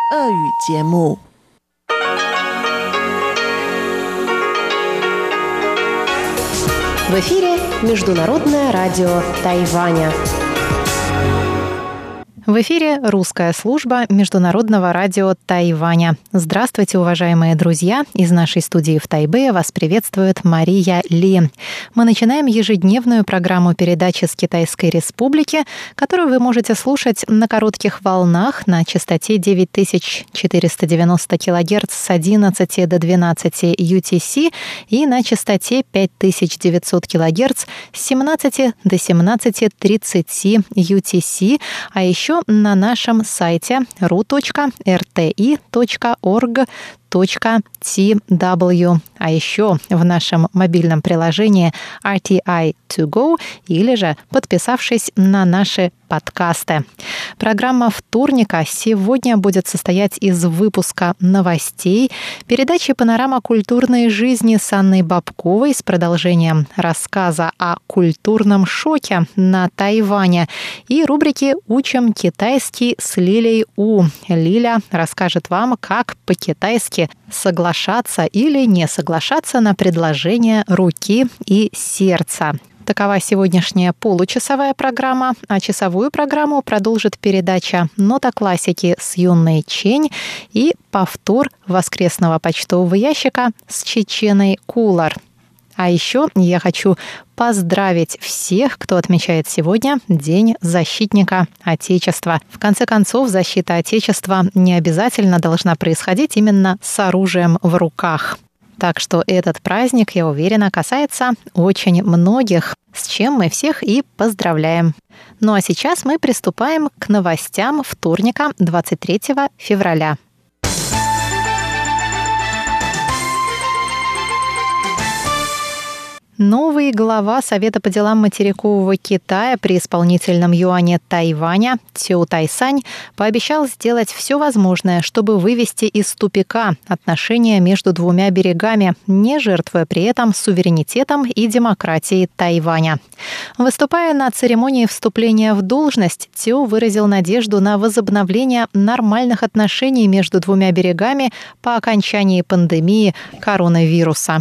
В эфире Международное радио Тайваня. В эфире русская служба Международного радио Тайваня. Здравствуйте, уважаемые друзья! Из нашей студии в Тайбэе вас приветствует Мария Ли. Мы начинаем ежедневную программу передачи с Китайской Республики, которую вы можете слушать на коротких волнах на частоте 9490 кГц с 11 до 12 UTC и на частоте 5900 кГц с 17 до 17:30 UTC, а еще на нашем сайте ru.rti.org.tw, а еще в нашем мобильном приложении RTI To Go или же подписавшись на наши подкасты. Программа вторника сегодня будет состоять из выпуска новостей, передачи «Панорама культурной жизни» с Анной Бабковой с продолжением рассказа о культурном шоке на Тайване и рубрики «Учим китайский» с Лилей У. Лиля расскажет вам, как по-китайски соглашаться или не соглашаться на предложение руки и сердца. Такова сегодняшняя получасовая программа, а часовую программу продолжит передача «Нота классики» с Юной Чень и повтор воскресного почтового ящика с Чеченой Кулар. А еще я хочу поздравить всех, кто отмечает сегодня День защитника Отечества. В конце концов, защита Отечества не обязательно должна происходить именно с оружием в руках. Так что этот праздник, я уверена, касается очень многих, с чем мы всех и поздравляем. Ну а сейчас мы приступаем к новостям вторника, 23 февраля. Новый глава Совета по делам материкового Китая при исполнительном юане Тайваня Цю Тайсань пообещал сделать все возможное, чтобы вывести из тупика отношения между двумя берегами, не жертвуя при этом суверенитетом и демократией Тайваня. Выступая на церемонии вступления в должность, Цю выразил надежду на возобновление нормальных отношений между двумя берегами по окончании пандемии коронавируса.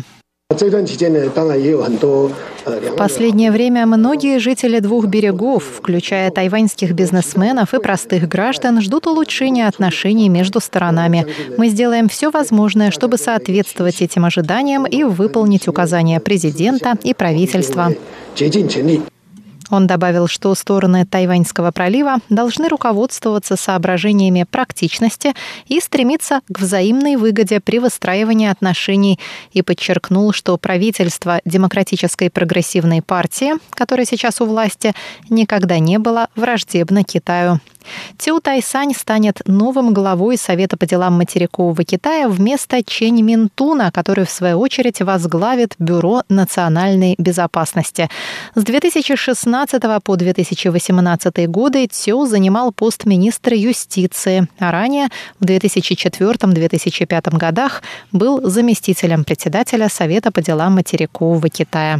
В последнее время многие жители двух берегов, включая тайваньских бизнесменов и простых граждан, ждут улучшения отношений между сторонами. Мы сделаем все возможное, чтобы соответствовать этим ожиданиям и выполнить указания президента и правительства. Он добавил, что стороны Тайваньского пролива должны руководствоваться соображениями практичности и стремиться к взаимной выгоде при выстраивании отношений, и подчеркнул, что правительство Демократической прогрессивной партии, которое сейчас у власти, никогда не было враждебно Китаю. Цю Тайсань станет новым главой Совета по делам материкового Китая вместо Чэнь Минтуна, который, в свою очередь, возглавит Бюро национальной безопасности. С 2016 по 2018 годы Цю занимал пост министра юстиции, а ранее, в 2004-2005 годах, был заместителем председателя Совета по делам материкового Китая.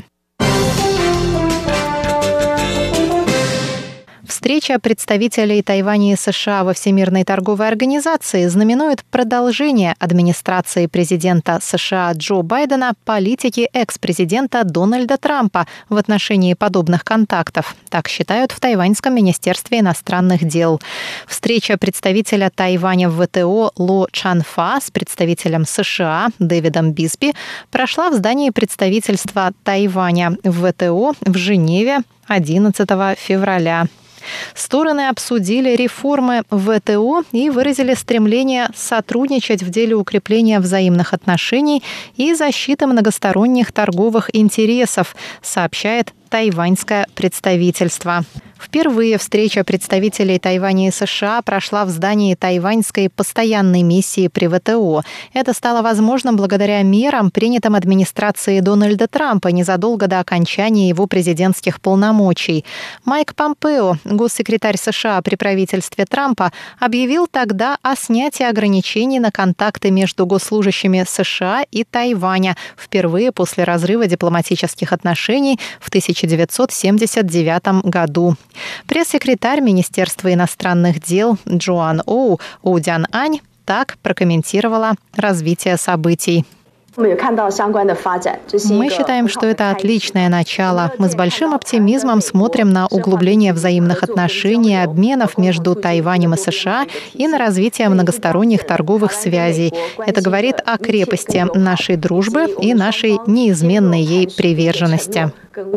Встреча представителей Тайваня и США во Всемирной торговой организации знаменует продолжение администрации президента США Джо Байдена политики экс-президента Дональда Трампа в отношении подобных контактов. Так считают в Тайваньском министерстве иностранных дел. Встреча представителя Тайваня в ВТО Ло Чанфа с представителем США Дэвидом Бисби прошла в здании представительства Тайваня в ВТО в Женеве 11 февраля. Стороны обсудили реформы в ВТО и выразили стремление сотрудничать в деле укрепления взаимных отношений и защиты многосторонних торговых интересов, сообщает тайваньское представительство. Впервые встреча представителей Тайваня и США прошла в здании тайваньской постоянной миссии при ВТО. Это стало возможным благодаря мерам, принятым администрацией Дональда Трампа незадолго до окончания его президентских полномочий. Майк Помпео, госсекретарь США при правительстве Трампа, объявил тогда о снятии ограничений на контакты между госслужащими США и Тайваня впервые после разрыва дипломатических отношений в 1979 году. Пресс-секретарь Министерства иностранных дел Джоан Оу Оудян Ань так прокомментировала развитие событий. Мы считаем, что это отличное начало. Мы с большим оптимизмом смотрим на углубление взаимных отношений и обменов между Тайванем и США и на развитие многосторонних торговых связей. Это говорит о крепости нашей дружбы и нашей неизменной ей приверженности.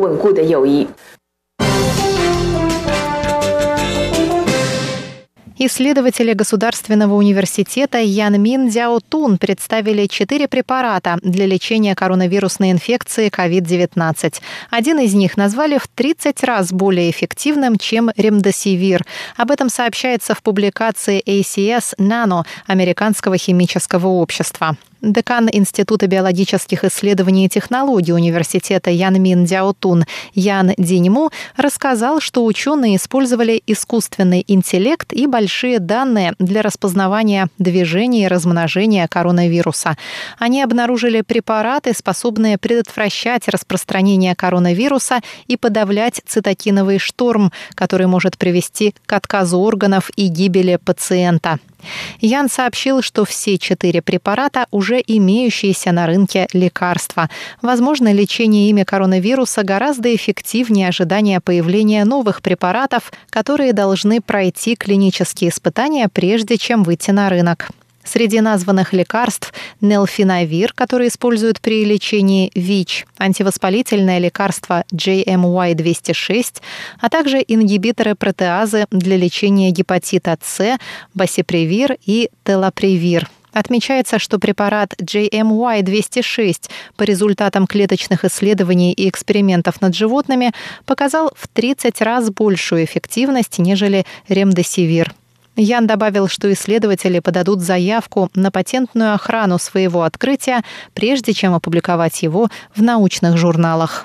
Исследователи Государственного университета Янмин Дзяотун представили 4 препарата для лечения коронавирусной инфекции COVID-19. Один из них назвали в 30 раз более эффективным, чем ремдесивир. Об этом сообщается в публикации ACS Nano Американского химического общества. Декан Института биологических исследований и технологий университета Янмин Дзяотун Ян Диньму рассказал, что ученые использовали искусственный интеллект и большие данные для распознавания движения и размножения коронавируса. Они обнаружили препараты, способные предотвращать распространение коронавируса и подавлять цитокиновый шторм, который может привести к отказу органов и гибели пациента. Ян сообщил, что все 4 препарата уже имеющиеся на рынке лекарства. Возможно, лечение ими коронавируса гораздо эффективнее ожидания появления новых препаратов, которые должны пройти клинические испытания, прежде чем выйти на рынок. Среди названных лекарств нелфинавир, который используют при лечении ВИЧ, антивоспалительное лекарство JMY-206, а также ингибиторы протеазы для лечения гепатита С, басипревир и телапревир. Отмечается, что препарат JMY-206 по результатам клеточных исследований и экспериментов над животными показал в 30 раз большую эффективность, нежели ремдесивир. Ян добавил, что исследователи подадут заявку на патентную охрану своего открытия, прежде чем опубликовать его в научных журналах.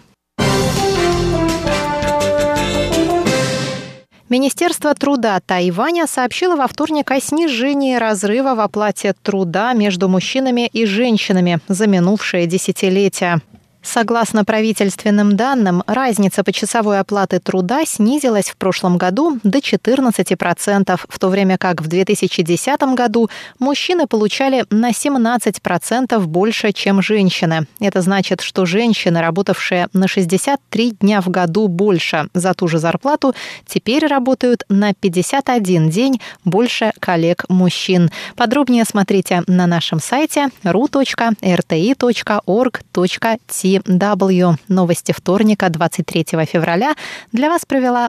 Министерство труда Тайваня сообщило во вторник о снижении разрыва в оплате труда между мужчинами и женщинами за минувшее десятилетие. Согласно правительственным данным, разница почасовой оплаты труда снизилась в прошлом году до 14%, в то время как в 2010 году мужчины получали на 17% больше, чем женщины. Это значит, что женщины, работавшие на 63 дня в году больше за ту же зарплату, теперь работают на 51 день больше коллег-мужчин. Подробнее смотрите на нашем сайте ru.rti.org.tw. Новости вторника, 23 февраля, для вас провела